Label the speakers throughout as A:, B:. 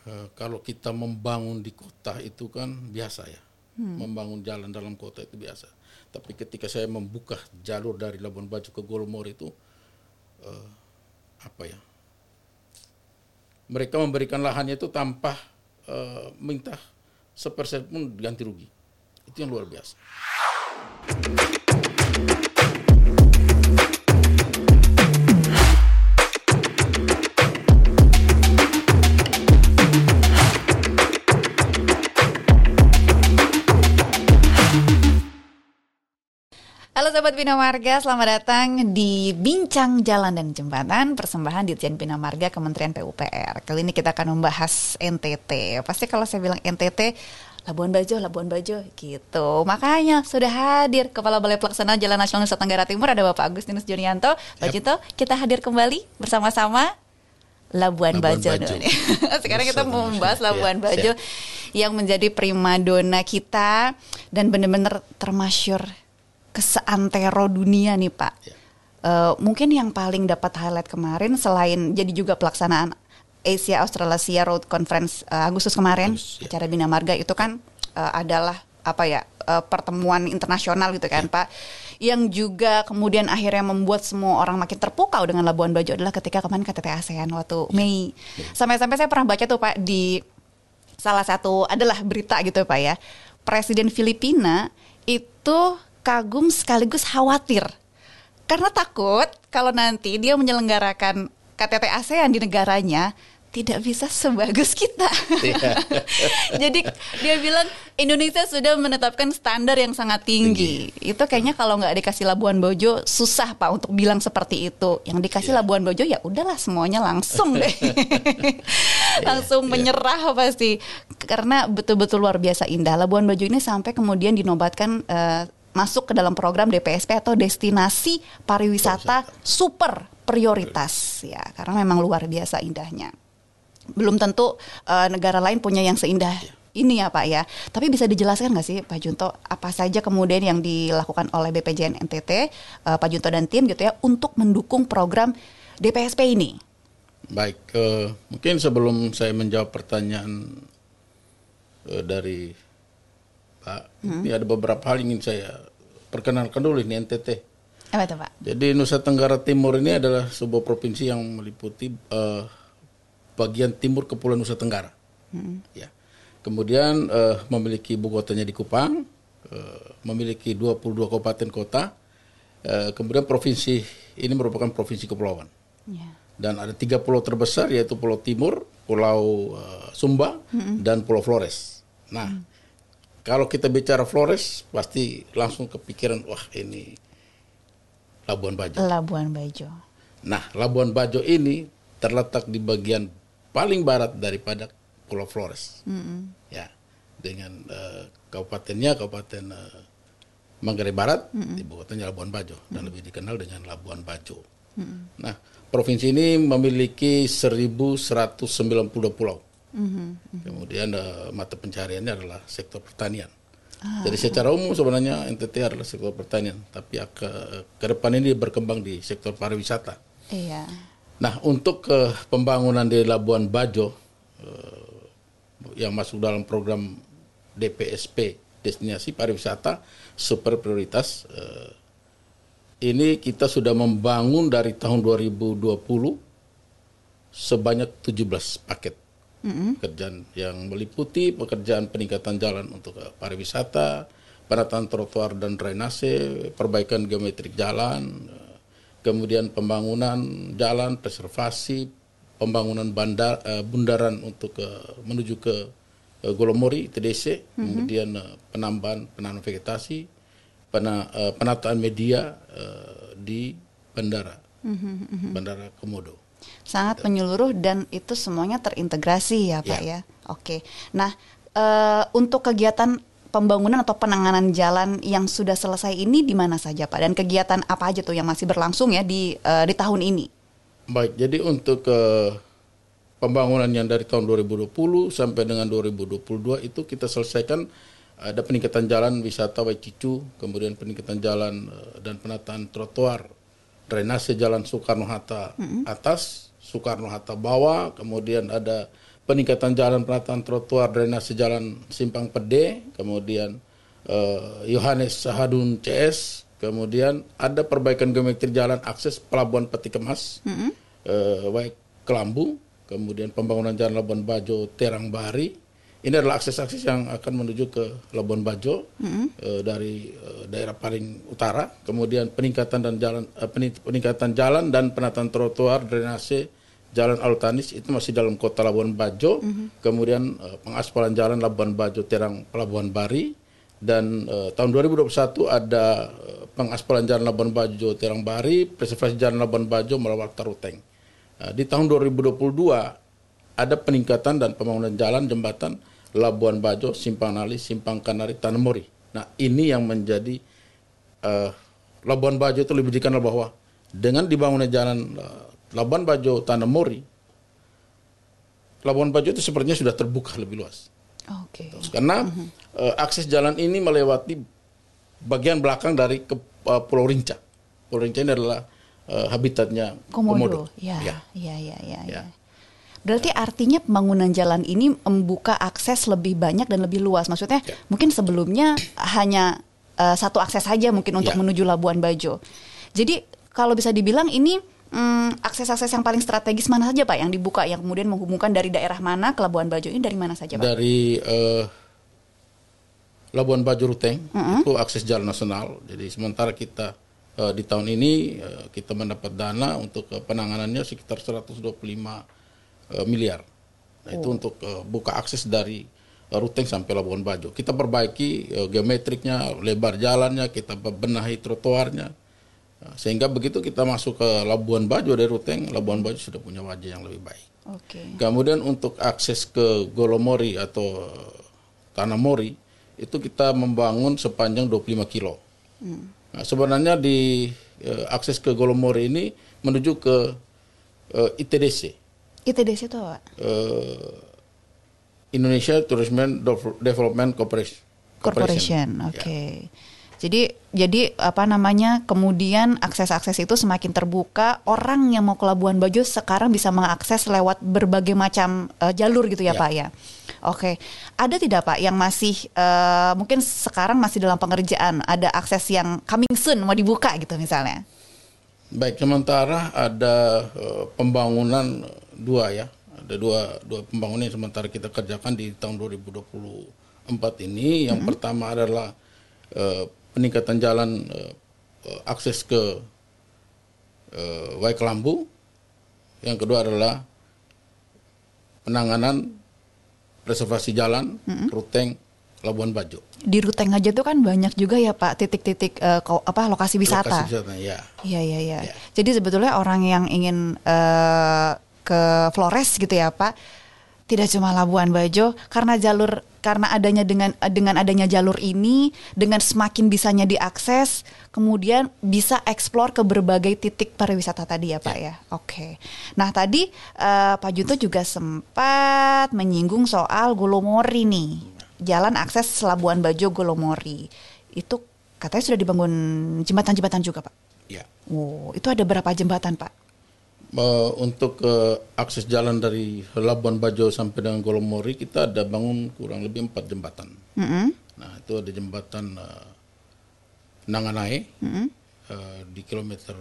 A: Kalau kita membangun di kota itu kan biasa ya, membangun jalan dalam kota itu biasa. Tapi ketika saya membuka jalur dari Labuan Bajo ke Golomor itu, apa ya? Mereka memberikan lahannya itu tanpa minta sepersen pun ganti rugi. Itu yang luar biasa.
B: Halo Sobat Bina Marga, selamat datang di Bincang Jalan dan Jembatan, persembahan Ditjen Bina Marga Kementerian PUPR. Kali ini kita akan membahas NTT. Pasti kalau saya bilang NTT, Labuan Bajo gitu. Makanya sudah hadir Kepala Balai Pelaksana Jalan Nasional Nusa Tenggara Timur, ada Bapak Agustinus Junianto. Pak Junto, kita hadir kembali bersama-sama Labuan Bajo. Sekarang kita mau membahas Labuan Bajo yang menjadi primadona kita dan benar-benar termasyur keseantero dunia nih Pak. Mungkin yang paling dapat highlight kemarin selain jadi juga pelaksanaan Asia Australasia Road Conference Agustus kemarin, acara Bina Marga itu kan adalah pertemuan internasional gitu kan Pak. Yang juga kemudian akhirnya membuat semua orang makin terpukau dengan Labuan Bajo adalah ketika kemarin KTT ASEAN waktu Mei. Sampai-sampai saya pernah baca tuh Pak di salah satu adalah berita gitu Pak ya. Presiden Filipina itu kagum sekaligus khawatir karena takut kalau nanti dia menyelenggarakan KTT ASEAN di negaranya tidak bisa sebagus kita. Jadi dia bilang Indonesia sudah menetapkan standar yang sangat tinggi. Itu kayaknya kalau nggak dikasih Labuan Bajo susah Pak untuk bilang seperti itu. Yang dikasih Labuan Bajo ya udahlah semuanya langsung deh. Langsung menyerah pasti karena betul-betul luar biasa indah. Labuan Bajo ini sampai kemudian dinobatkan masuk ke dalam program DPSP atau destinasi pariwisata super prioritas ya, karena memang luar biasa indahnya. Belum tentu negara lain punya yang seindah ini ya Pak ya. Tapi bisa dijelaskan nggak sih Pak Junto apa saja kemudian yang dilakukan oleh BPJN NTT, Pak Junto dan tim gitu ya untuk mendukung program DPSP ini? Baik, mungkin sebelum saya menjawab pertanyaan dari Pak, ini ada beberapa hal yang ingin saya perkenalkan dulu ini NTT. Apa itu Pak? Jadi Nusa Tenggara Timur ini adalah sebuah provinsi yang meliputi bagian timur Kepulauan Nusa Tenggara. Ya. Kemudian memiliki ibu kotanya di Kupang, memiliki 22 kabupaten kota. Kemudian provinsi ini merupakan provinsi kepulauan. Dan ada 3 pulau terbesar yaitu Pulau Timur, Pulau Sumba, dan Pulau Flores. Nah, kalau kita bicara Flores, pasti langsung kepikiran, wah ini Labuan Bajo. Labuan Bajo. Nah, Labuan Bajo ini terletak di bagian paling barat daripada Pulau Flores. Ya, dengan kabupatennya, Kabupaten Manggarai Barat, ibu kotanya Labuan Bajo, dan lebih dikenal dengan Labuan Bajo. Nah, provinsi ini memiliki 1.192 pulau. Kemudian mata pencariannya adalah sektor pertanian. Jadi secara umum sebenarnya NTT adalah sektor pertanian, tapi ke depan ini berkembang di sektor pariwisata. Iya. Nah, untuk pembangunan di Labuan Bajo yang masuk dalam program DPSP Destinasi Pariwisata Super Prioritas, ini kita sudah membangun dari tahun 2020 sebanyak 17 paket. Pekerjaan yang meliputi pekerjaan peningkatan jalan untuk pariwisata, penataan trotoar dan drainase, perbaikan geometrik jalan, kemudian pembangunan jalan, preservasi, pembangunan bundaran untuk menuju ke Golomori, TDC, kemudian penambahan vegetasi, penataan media di bandara Komodo. Sangat menyeluruh dan itu semuanya terintegrasi ya Pak ya. Oke. Nah, untuk kegiatan pembangunan atau penanganan jalan yang sudah selesai ini di mana saja Pak? Dan kegiatan apa aja tuh yang masih berlangsung ya di tahun ini? Baik, jadi untuk pembangunan yang dari tahun 2020 sampai dengan 2022 itu kita selesaikan ada peningkatan jalan wisata Waicicu, kemudian peningkatan jalan dan penataan trotoar, drainase jalan Soekarno-Hatta atas, Soekarno-Hatta bawah, kemudian ada
A: peningkatan jalan, penataan trotoar, drainase jalan Simpang Pede, kemudian Yohanes Sahadun CS, kemudian ada perbaikan geometri jalan akses Pelabuhan Peti Kemas, Waik Kelambu, kemudian pembangunan jalan Labuan Bajo Terang Bahari. Ini adalah akses-akses yang akan menuju ke Labuan Bajo dari daerah paling utara. Kemudian peningkatan jalan dan penataan trotoar, drainase jalan Alutanis itu masih dalam kota Labuan Bajo. Kemudian pengaspalan jalan Labuan Bajo Terang Pelabuhan Bari. Dan tahun 2021 ada pengaspalan jalan Labuan Bajo Terang Bari, preservasi jalan Labuan Bajo melewat Taruteng. Di tahun 2022 ada peningkatan dan pembangunan jalan jembatan Labuan Bajo, Simpang Nali, Simpang Kanari, Tanemori. Nah, ini yang menjadi Labuan Bajo itu lebih dikenal bahwa dengan dibangunnya jalan Labuan Bajo Tanemori, Labuan Bajo itu sepertinya sudah terbuka lebih luas.
B: Oke.
A: Karena akses jalan ini melewati bagian belakang dari Pulau Rinca. Pulau Rinca ini adalah habitatnya Komodo.
B: Ya. Berarti artinya pembangunan jalan ini membuka akses lebih banyak dan lebih luas. Maksudnya mungkin sebelumnya hanya satu akses saja mungkin untuk menuju Labuan Bajo. Jadi kalau bisa dibilang ini akses-akses yang paling strategis mana saja Pak yang dibuka, yang kemudian menghubungkan dari daerah mana ke Labuan Bajo ini dari mana saja Pak?
A: Dari Labuan Bajo Ruteng, itu akses jalan nasional. Jadi sementara kita di tahun ini kita mendapat dana untuk penanganannya sekitar 125 miliar. Nah, itu untuk buka akses dari Ruteng sampai Labuan Bajo. Kita perbaiki geometriknya, lebar jalannya, kita benahi trotoarnya. Sehingga begitu kita masuk ke Labuan Bajo dari Ruteng, Labuan Bajo sudah punya wajah yang lebih baik. Kemudian untuk akses ke Golomori atau Tanah Mori, itu kita membangun sepanjang 25 kilo. Nah, sebenarnya di akses ke Golomori ini menuju ke ITDC.
B: ITDC itu apa?
A: Indonesia Tourism Development Corporation.
B: Oke. Jadi apa namanya? Kemudian akses-akses itu semakin terbuka. Orang yang mau ke Labuan Bajo sekarang bisa mengakses lewat berbagai macam jalur gitu ya Pak ya. Oke. Ada tidak Pak yang masih mungkin sekarang masih dalam pengerjaan? Ada akses yang coming soon mau dibuka gitu misalnya?
A: Baik, sementara ada pembangunan ada dua pembangunan yang sementara kita kerjakan di tahun 2024 ini. Yang pertama adalah peningkatan jalan akses ke Waik Kelambu. Yang kedua adalah penanganan preservasi jalan Ruteng Labuan Bajo.
B: Di Ruteng aja tuh kan banyak juga ya Pak titik-titik lokasi wisata.
A: Lokasi wisata, ya.
B: Iya. Jadi sebetulnya orang yang ingin ke Flores gitu ya Pak, tidak cuma Labuan Bajo, karena adanya dengan adanya jalur ini, dengan semakin bisanya diakses, kemudian bisa eksplor ke berbagai titik pariwisata tadi ya Pak ya. Oke. Nah tadi Pak Junto juga sempat menyinggung soal Golomori nih. Jalan akses Labuan Bajo Golomori itu katanya sudah dibangun jembatan-jembatan juga Pak.
A: Ya.
B: Itu ada berapa jembatan Pak?
A: Untuk akses jalan dari Labuan Bajo sampai dengan Golomori kita ada bangun kurang lebih 4 jembatan. Nah itu ada jembatan Nanganai di kilometer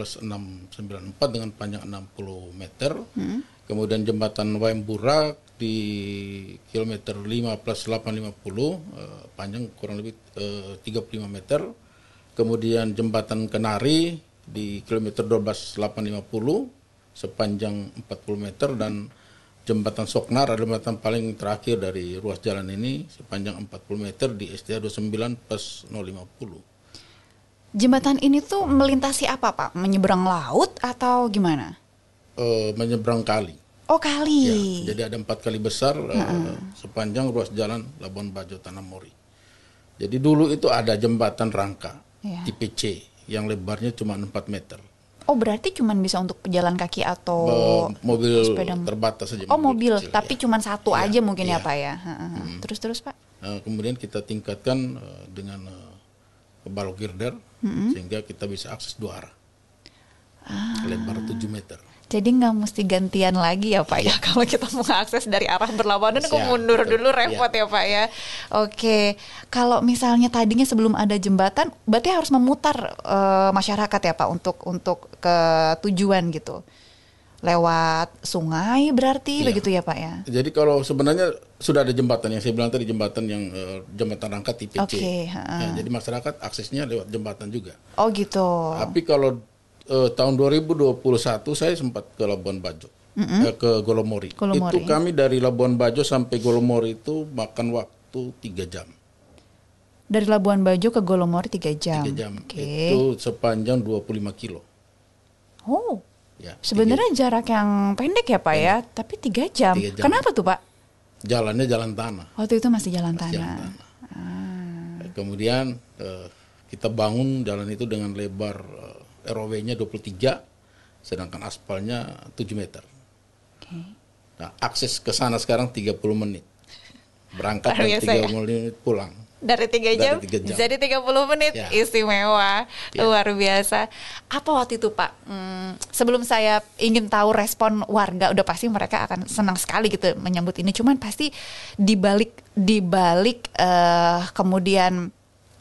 A: 2+694 dengan panjang 60 meter. Kemudian jembatan Waimburak di kilometer 5+850 panjang kurang lebih 35 meter. Kemudian jembatan Kenari di kilometer 12+850 sepanjang 40 meter, dan jembatan Soknar adalah jembatan paling terakhir dari ruas jalan ini sepanjang 40 meter di SDA 29+050.
B: Jembatan ini tuh melintasi apa Pak? Menyeberang laut atau gimana?
A: Menyeberang kali.
B: Oh kali.
A: Ya, jadi ada 4 kali besar sepanjang ruas jalan Labuan Bajo Tanah Mori. Jadi dulu itu ada jembatan rangka tipe C yang lebarnya cuma 4 meter.
B: Oh berarti cuma bisa untuk pejalan kaki atau
A: mobil
B: sepeda
A: terbatas saja.
B: Oh mobil,
A: kecil,
B: tapi cuma satu aja mungkin ya Pak ya. Terus Pak?
A: Kemudian kita tingkatkan dengan balok girder sehingga kita bisa akses 2 arah. Lebar 7 meter.
B: Jadi nggak mesti gantian lagi ya Pak ya kalau kita mau akses dari arah berlawanan kok mundur dulu repot ya Pak ya. Oke, kalau misalnya tadinya sebelum ada jembatan, berarti harus memutar masyarakat ya Pak untuk ke tujuan gitu. Lewat sungai berarti begitu ya Pak ya.
A: Jadi kalau sebenarnya sudah ada jembatan yang saya bilang tadi, jembatan yang jembatan rangka IPC. Ya, jadi masyarakat aksesnya lewat jembatan juga.
B: Oh gitu.
A: Tapi kalau tahun 2021 saya sempat ke Labuan Bajo, ke Golomori. Itu kami dari Labuan Bajo sampai Golomori itu makan waktu 3 jam.
B: Dari Labuan Bajo ke Golomori 3 jam.
A: 3 jam. Itu sepanjang 25 kilo.
B: Oh. Ya, sebenarnya jarak yang pendek ya Pak ya, tapi 3 jam. 3 jam. Kenapa tuh Pak?
A: Jalannya jalan tanah.
B: Waktu itu masih jalan tanah.
A: Jalan tanah. Kemudian kita bangun jalan itu dengan lebar ROW-nya 23, sedangkan aspalnya 7 meter. Nah, akses ke sana sekarang 30 menit. Berangkat dan 30 menit pulang.
B: Dari 3 jam jadi 30 menit ya. Istimewa, luar biasa. Apa waktu itu Pak? Sebelum saya ingin tahu respon warga, udah pasti mereka akan senang sekali gitu menyambut ini. Cuman pasti dibalik kemudian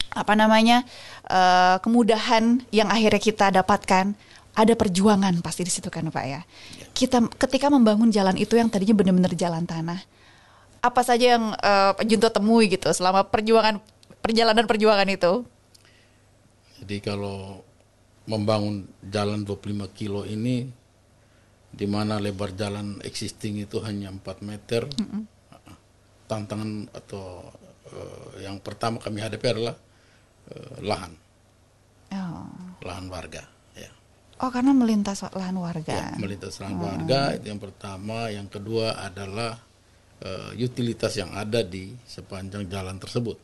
B: kemudahan yang akhirnya kita dapatkan, ada perjuangan pasti di situ kan Pak ya. Kita ketika membangun jalan itu yang tadinya benar-benar jalan tanah, apa saja yang Pak Junto temui gitu selama perjalanan perjuangan itu?
A: Jadi kalau membangun jalan 25 kilo ini, di mana lebar jalan existing itu hanya 4 meter, tantangan atau yang pertama kami hadapi adalah lahan. Lahan warga. Ya.
B: Oh, karena melintas lahan warga.
A: Ya, melintas lahan warga itu yang pertama. Yang kedua adalah utilitas yang ada di sepanjang jalan tersebut,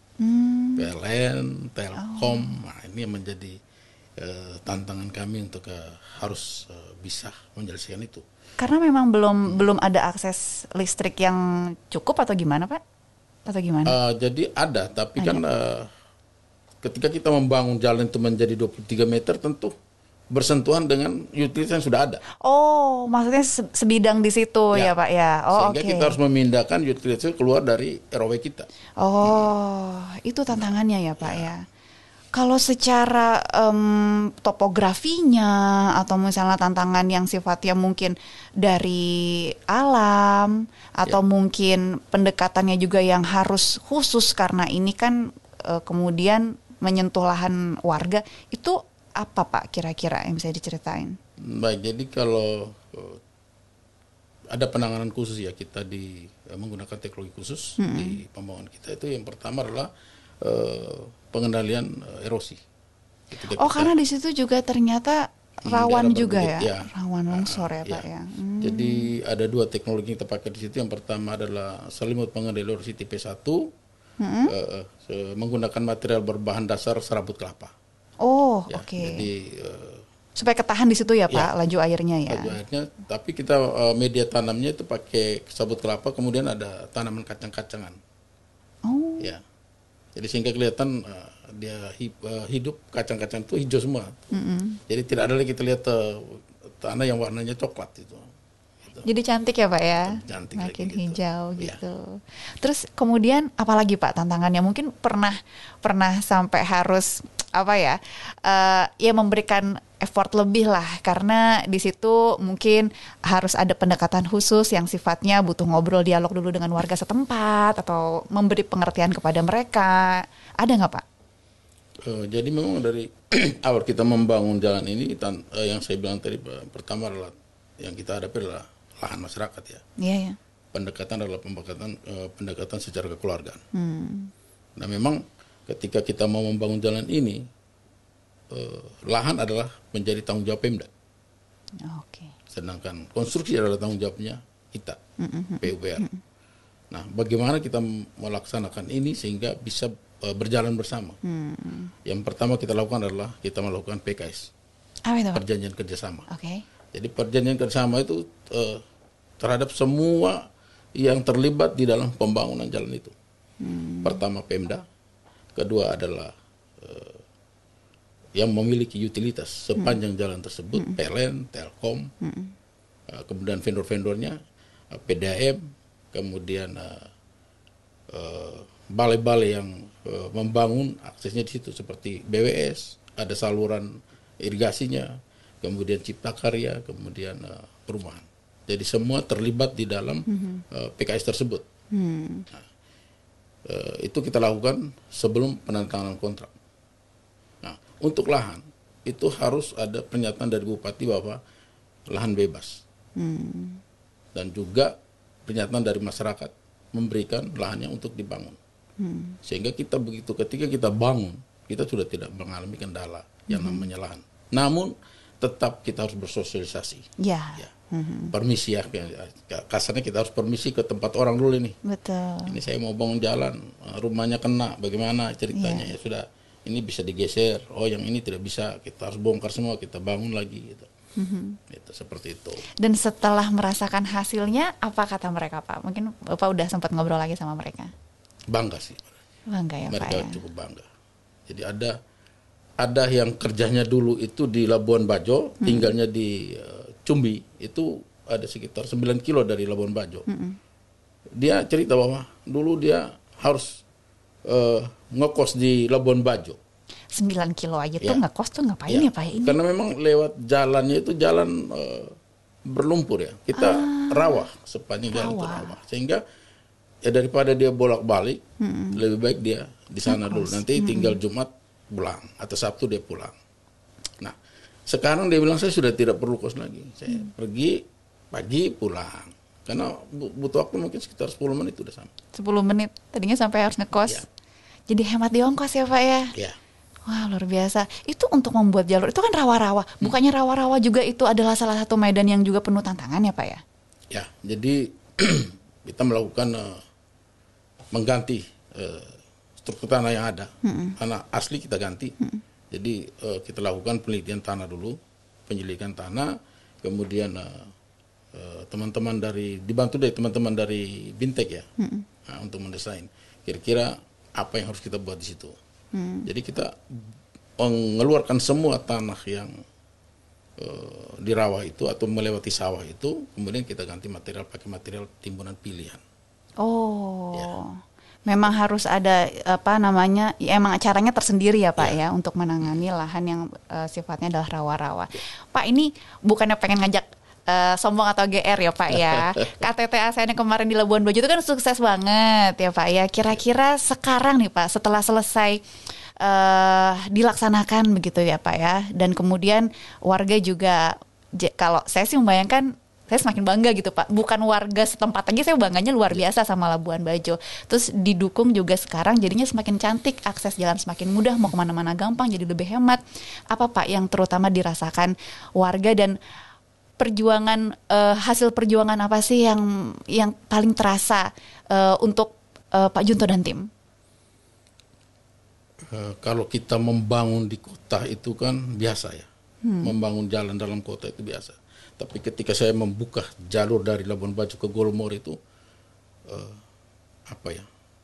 A: PLN, Telkom, nah ini yang menjadi tantangan kami untuk harus bisa menyelesaikan itu.
B: Karena memang belum ada akses listrik yang cukup atau gimana Pak? Atau gimana?
A: Jadi ada, tapi kan ketika kita membangun jalan itu menjadi 23 meter tentu bersentuhan dengan utilitas yang sudah ada.
B: Oh, maksudnya sebidang di situ ya Pak ya. Oh,
A: sehingga kita harus memindahkan utilitas itu keluar dari ROW kita.
B: Oh, itu tantangannya ya Pak ya. Kalau secara topografinya atau misalnya tantangan yang sifatnya mungkin dari alam atau mungkin pendekatannya juga yang harus khusus karena ini kan kemudian menyentuh lahan warga, itu apa Pak kira-kira yang bisa diceritain?
A: Baik, jadi kalau ada penanganan khusus ya, kita menggunakan teknologi khusus di pembangunan kita. Itu yang pertama adalah pengendalian erosi.
B: Karena di situ juga ternyata rawan juga ya, rawan longsor ya Pak ya.
A: Jadi ada 2 teknologi yang kita pakai di situ. Yang pertama adalah selimut pengendali erosi tipe 1 menggunakan material berbahan dasar serabut kelapa.
B: Oh, oke.
A: Jadi
B: supaya ketahan di situ ya Pak, laju airnya ya.
A: Laju airnya, tapi kita media tanamnya itu pakai sabut kelapa, kemudian ada tanaman kacang-kacangan.
B: Oh.
A: Ya. Jadi sehingga kelihatan dia hidup, kacang-kacang itu hijau semua. Jadi tidak ada lagi kita lihat tanah yang warnanya coklat itu.
B: Jadi cantik ya Pak ya,
A: cantik,
B: makin hijau gitu. Terus kemudian apalagi Pak tantangannya? Mungkin pernah sampai harus ya memberikan effort lebih lah, karena di situ mungkin harus ada pendekatan khusus yang sifatnya butuh ngobrol dialog dulu dengan warga setempat atau memberi pengertian kepada mereka. Ada nggak Pak?
A: Jadi memang dari awal kita membangun jalan ini, yang saya bilang tadi pertama adalah yang kita hadapi adalah lahan masyarakat ya.
B: Iya.
A: Pendekatan adalah pendekatan secara kekeluargaan. Nah memang ketika kita mau membangun jalan ini, lahan adalah menjadi tanggung jawab Pemda. Sedangkan konstruksi adalah tanggung jawabnya kita, PUPR. Nah bagaimana kita melaksanakan ini sehingga bisa berjalan bersama? Yang pertama kita lakukan adalah kita melakukan PKS, perjanjian kerjasama. Jadi perjanjian kerjasama itu terhadap semua yang terlibat di dalam pembangunan jalan itu. Pertama Pemda, kedua adalah yang memiliki utilitas sepanjang jalan tersebut, PLN, Telkom, kemudian vendor-vendornya, PDAM, kemudian balai-balai yang membangun aksesnya di situ seperti BWS, ada saluran irigasinya, kemudian Cipta Karya, kemudian perumahan. Jadi semua terlibat di dalam PKS tersebut. Nah, itu kita lakukan sebelum penandatanganan kontrak. Nah, untuk lahan itu harus ada pernyataan dari bupati bahwa lahan bebas, dan juga pernyataan dari masyarakat memberikan lahannya untuk dibangun, sehingga kita begitu ketika kita bangun kita sudah tidak mengalami kendala yang namanya lahan. Namun tetap kita harus bersosialisasi. Ya. Permisi ya, kasarnya kita harus permisi ke tempat orang dulu ini.
B: Betul.
A: Ini saya mau bangun jalan, rumahnya kena, bagaimana ceritanya? Ya sudah, ini bisa digeser. Oh, yang ini tidak bisa, kita harus bongkar semua, kita bangun lagi gitu. Itu seperti itu.
B: Dan setelah merasakan hasilnya, apa kata mereka, Pak? Mungkin Bapak udah sempat ngobrol lagi sama mereka.
A: Bangga sih.
B: Bangga ya,
A: mereka
B: Pak ya.
A: Cukup bangga. Jadi ada yang kerjanya dulu itu di Labuan Bajo, tinggalnya di Cumbi, itu ada sekitar 9 kilo dari Labuan Bajo. Dia cerita bahwa dulu dia harus ngekos di Labuan Bajo.
B: 9 kilo aja tuh ngekos tuh ngapain ya Pak ini?
A: Karena memang lewat jalannya itu jalan berlumpur ya. Kita rawa sepanjang jalan itu rawa. Sehingga ya daripada dia bolak-balik, lebih baik dia di sana dulu. Nanti tinggal Jumat pulang atau Sabtu dia pulang. Nah, sekarang dia bilang saya sudah tidak perlu kos lagi. Saya pergi pagi pulang. Karena butuh waktu mungkin sekitar 10 menit udah sampai.
B: 10 menit. Tadinya sampai harus ngekos.
A: Ya.
B: Jadi hemat di ongkos ya Pak ya?
A: Ya.
B: Wah, luar biasa. Itu untuk membuat jalur, itu kan rawa-rawa. Bukannya rawa-rawa juga itu adalah salah satu medan yang juga penuh tantangan ya Pak ya?
A: Ya, jadi kita melakukan mengganti struktur tanah yang ada. Tanah asli kita ganti. Jadi kita lakukan penelitian tanah dulu, penyelidikan tanah, kemudian teman-teman dibantu dari teman-teman dari Bintek ya, untuk mendesain kira-kira apa yang harus kita buat di situ. Jadi kita mengeluarkan semua tanah yang di rawa itu atau melewati sawah itu, kemudian kita ganti material pakai material timbunan pilihan.
B: Oh,
A: ya.
B: Memang harus ada apa namanya? Ya, emang caranya tersendiri ya Pak ya untuk menangani lahan yang sifatnya adalah rawa-rawa. Pak, ini bukannya pengen ngajak sombong atau GR ya Pak ya. KTT ASEAN yang kemarin di Labuan Bajo itu kan sukses banget ya Pak ya. Kira-kira sekarang nih Pak, setelah selesai dilaksanakan begitu ya Pak ya, dan kemudian warga juga, kalau saya sih membayangkan, saya semakin bangga gitu Pak. Bukan warga setempat aja, saya bangganya luar biasa sama Labuan Bajo. Terus didukung juga sekarang jadinya semakin cantik, akses jalan semakin mudah, mau kemana-mana gampang, jadi lebih hemat. Apa Pak yang terutama dirasakan warga, dan perjuangan, hasil perjuangan apa sih yang paling terasa untuk Pak Junto dan tim?
A: Kalau kita membangun di kota itu kan biasa ya, membangun jalan dalam kota itu biasa. Tapi ketika saya membuka jalur dari Labuan Bajo ke Golomor itu, apa ya?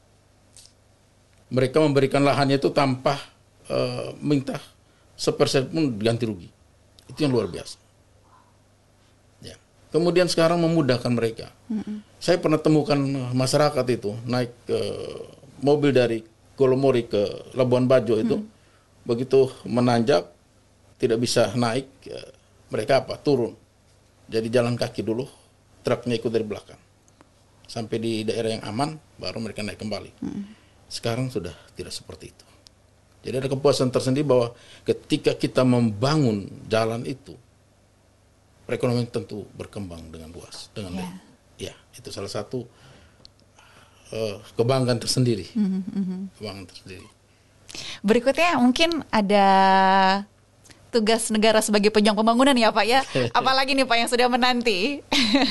A: Mereka memberikan lahannya itu tanpa minta sepersen pun ganti rugi. Itu yang luar biasa. Ya. Kemudian sekarang memudahkan mereka. Saya pernah temukan masyarakat itu naik mobil dari Golomori ke Labuan Bajo itu, begitu menanjak tidak bisa naik, mereka turun. Jadi jalan kaki dulu, truknya ikut dari belakang. Sampai di daerah yang aman, baru mereka naik kembali. Sekarang sudah tidak seperti itu. Jadi ada kepuasan tersendiri bahwa ketika kita membangun jalan itu, perekonomian tentu berkembang dengan luas, dengan baik. Ya, itu salah satu kebanggaan tersendiri. Kebanggaan tersendiri.
B: Berikutnya mungkin ada tugas negara sebagai pejuang pembangunan ya Pak ya. Apalagi nih Pak yang sudah menanti.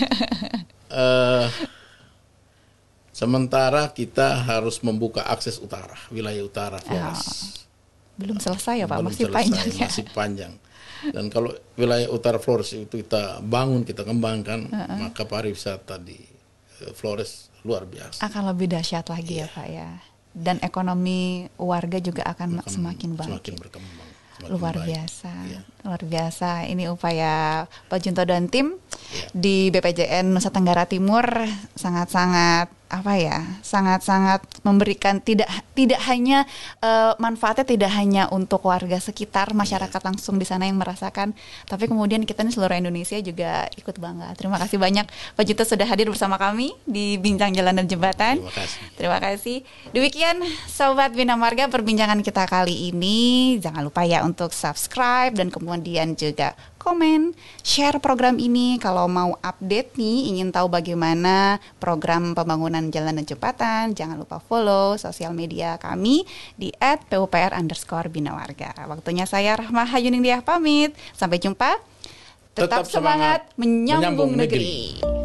A: Sementara kita harus membuka akses utara, wilayah utara Flores.
B: Belum selesai ya Pak,
A: Belum
B: masih
A: selesai,
B: panjang ya.
A: Masih panjang. Dan kalau wilayah utara Flores itu kita bangun, kita kembangkan, maka pariwisata di Flores luar biasa.
B: Akan lebih dahsyat lagi ya Pak ya. Dan ekonomi warga juga akan semakin bangkit.
A: Semakin berkembang.
B: Luar
A: baik.
B: biasa,
A: Iya.
B: luar biasa. Ini upaya Pak Junto dan tim
A: Iya.
B: di BPJN Nusa Tenggara Timur sangat-sangat sangat-sangat memberikan tidak hanya manfaatnya tidak hanya untuk warga sekitar, masyarakat langsung di sana yang merasakan, tapi kemudian kita nih seluruh Indonesia juga ikut bangga. Terima kasih banyak Pak Junto sudah hadir bersama kami di Bincang Jalan dan Jembatan.
A: Terima kasih.
B: Terima kasih. Demikian Sobat Bina Marga perbincangan kita kali ini. Jangan lupa ya untuk subscribe dan kemudian juga komen, share program ini. Kalau mau update nih, ingin tahu bagaimana program pembangunan jalan dan jembatan, jangan lupa follow sosial media kami di @pupr_binawarga. Waktunya saya Rahma Hayuningdiah pamit. Sampai jumpa. Tetap semangat menyambung negeri.